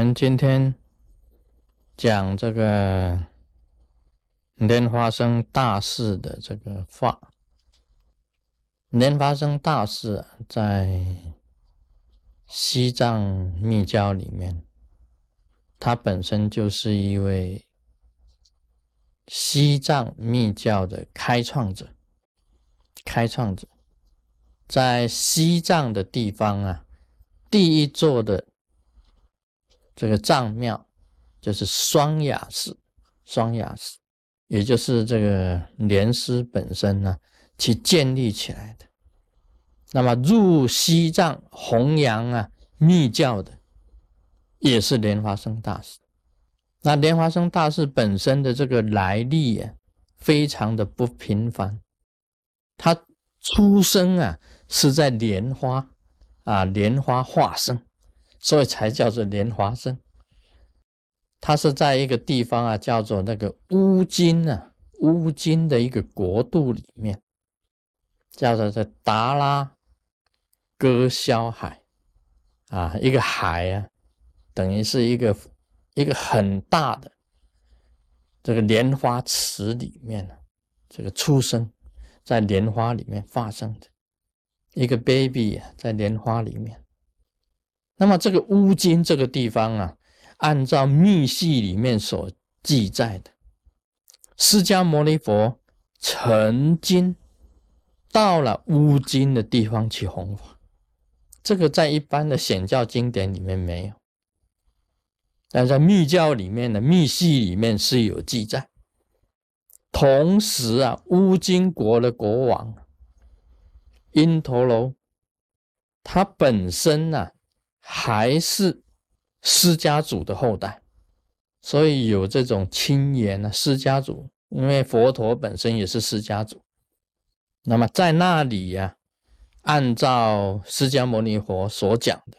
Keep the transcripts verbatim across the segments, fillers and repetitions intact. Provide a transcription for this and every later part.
们今天讲这个莲花生大士的这个话。莲花生大士、啊、在西藏密教里面，他本身就是一位西藏密教的开创者。开创者在西藏的地方啊，第一座的这个藏庙就是双雅寺。双雅寺也就是这个莲师本身呢、啊、去建立起来的。那么入西藏弘扬啊密教的也是莲花生大士。那莲花生大士本身的这个来历啊，非常的不平凡。他出生啊是在莲花啊莲花化生，所以才叫做莲花生。他是在一个地方啊，叫做那个乌金啊，乌金的一个国度里面，叫做在达拉戈肖海啊，一个海啊，等于是一个一个很大的这个莲花池里面啊，这个出生在莲花里面发生的一个 baby 啊，在莲花里面。那么这个乌金这个地方啊，按照密系里面所记载的，释迦牟尼佛曾经到了乌金的地方去弘法，这个在一般的显教经典里面没有，但在密教里面的密系里面是有记载。同时啊，乌金国的国王因陀罗，他本身啊还是释迦族的后代，所以有这种亲缘啊，释迦族，因为佛陀本身也是释迦族。那么在那里呀、啊，按照释迦牟尼佛所讲的，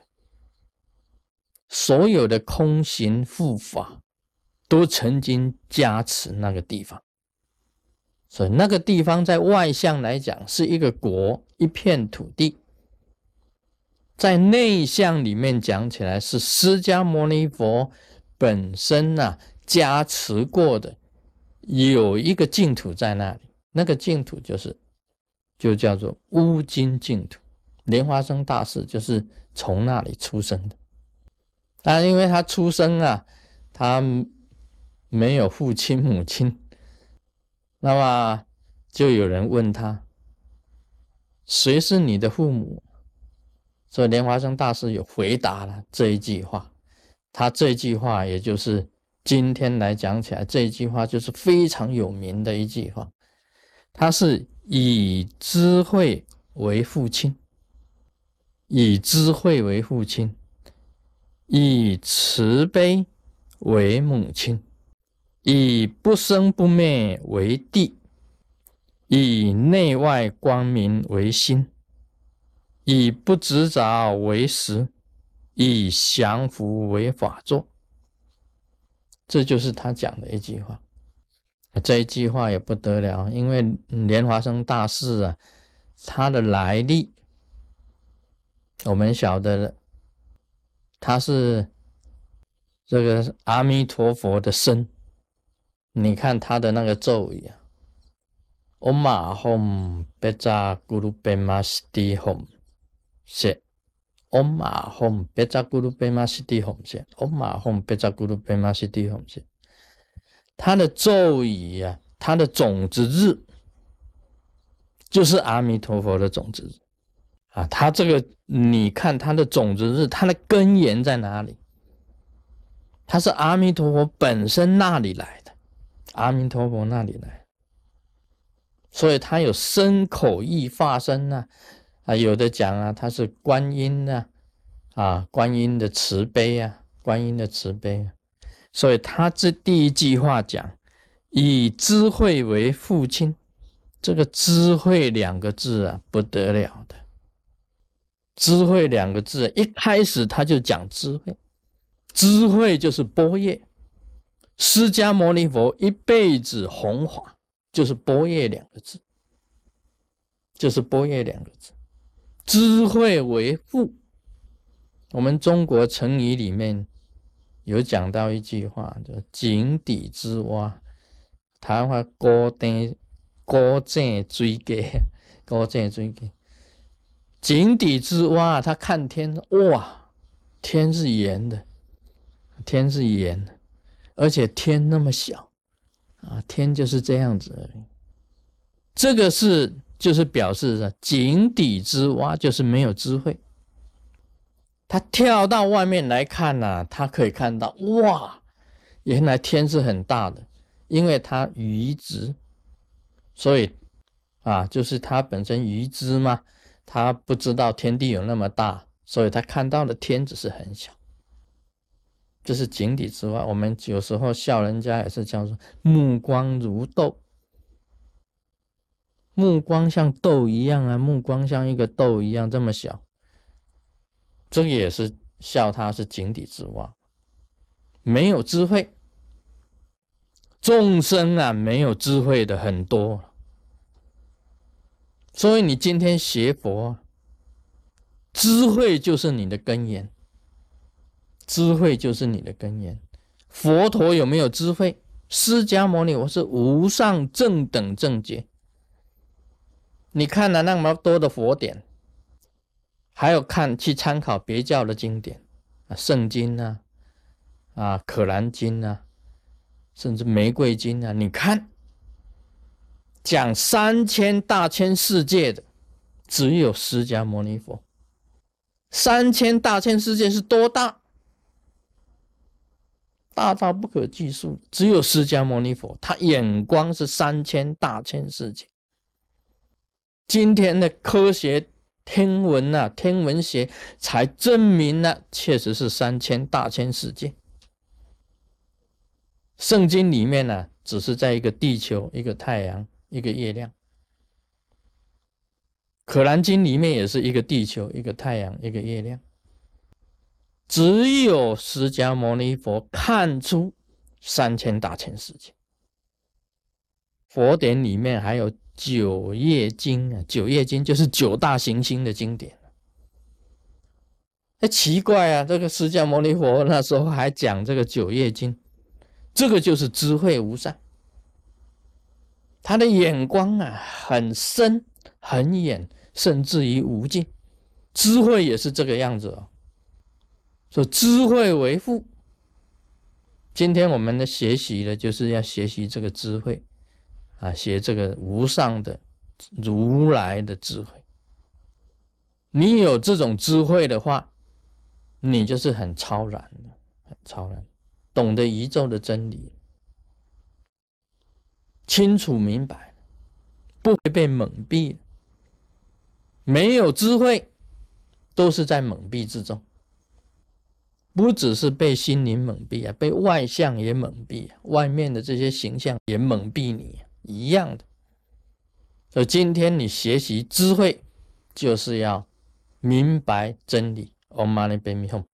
所有的空行护法都曾经加持那个地方。所以那个地方在外向来讲是一个国，一片土地。在内向里面讲起来，是释迦牟尼佛本身啊加持过的，有一个净土在那里，那个净土就是就叫做乌金净土。莲花生大士就是从那里出生的。但因为他出生啊，他没有父亲母亲，那么就有人问他，谁是你的父母？所以莲花生大士有回答了这一句话。他这句话也就是今天来讲起来，这一句话就是非常有名的一句话。他是以智慧为父亲，以智慧为父亲，以慈悲为母亲，以不生不灭为地，以内外光明为心，以不执着为实，以降伏为法座。这就是他讲的一句话。这一句话也不得了，因为莲花生大士啊，他的来历我们晓得了，他是这个阿弥陀佛的身。你看他的那个咒语啊， Om Ahom Beja Guru Pema Siddhi Hom Se Om Ahom Beja Guru Pema Siddhi Hom Se Om Ahom Beja Guru Pema Siddhi Hom Se。 他的咒语啊，他的种子日就是阿弥陀佛的种子日啊。他这个你看他的种子日，他的根源在哪里？他是阿弥陀佛本身那里来的，阿弥陀佛那里来的，所以他有身口意法身啊。啊，有的讲啊，他是观音啊，啊，观音的慈悲啊，观音的慈悲啊。所以他这第一句话讲，以智慧为父亲，这个智慧两个字啊，不得了的。智慧两个字，一开始他就讲智慧，智慧就是般若。释迦牟尼佛一辈子弘法，就是般若两个字，就是般若两个字。智慧为父，我们中国成语里面有讲到一句话，叫井底之蛙，台湾话高顶高井水鸡，高井水鸡。井底之蛙，他看天，哇，天是圆的，天是圆的，而且天那么小啊，天就是这样子而已。这个是就是表示井底之蛙，就是没有智慧。他跳到外面来看啊，他可以看到，哇，原来天是很大的，因为他愚直，所以啊，就是他本身愚知嘛，他不知道天地有那么大，所以他看到的天只是很小。这是井底之蛙。我们有时候笑人家也是叫做目光如豆，目光像豆一样啊，目光像一个豆一样这么小，这个也是笑他是井底之蛙，没有智慧。众生啊，没有智慧的很多，所以你今天学佛，智慧就是你的根源，智慧就是你的根源。佛陀有没有智慧？释迦牟尼佛是无上正等正觉。你看了那么多的佛典，还有看去参考别教的经典啊，圣经啊，啊，可兰经啊，甚至玫瑰经啊，你看讲三千大千世界的，只有释迦牟尼佛。三千大千世界是多大？大到不可计数，只有释迦牟尼佛，他眼光是三千大千世界。今天的科学天文啊，天文学才证明了，确实是三千大千世界。圣经里面呢、啊，只是在一个地球、一个太阳、一个月亮。可兰经里面也是一个地球、一个太阳、一个月亮。只有释迦牟尼佛看出三千大千世界。佛典里面还有九叶经啊，九叶经就是九大行星的经典。哎，奇怪啊，这个释迦牟尼佛那时候还讲这个九叶经，这个就是智慧无上。他的眼光啊，很深很远，甚至于无尽。智慧也是这个样子哦。说智慧为父，今天我们的学习的就是要学习这个智慧啊，学这个无上的如来的智慧。你有这种智慧的话，你就是很超然的，很超然，懂得宇宙的真理，清楚明白，不会被蒙蔽。没有智慧，都是在蒙蔽之中。不只是被心灵蒙蔽啊，被外相也蒙蔽啊，外面的这些形象也蒙蔽你啊，一样的。所以今天你学习智慧，就是要明白真理。Om Mani Padme Hum。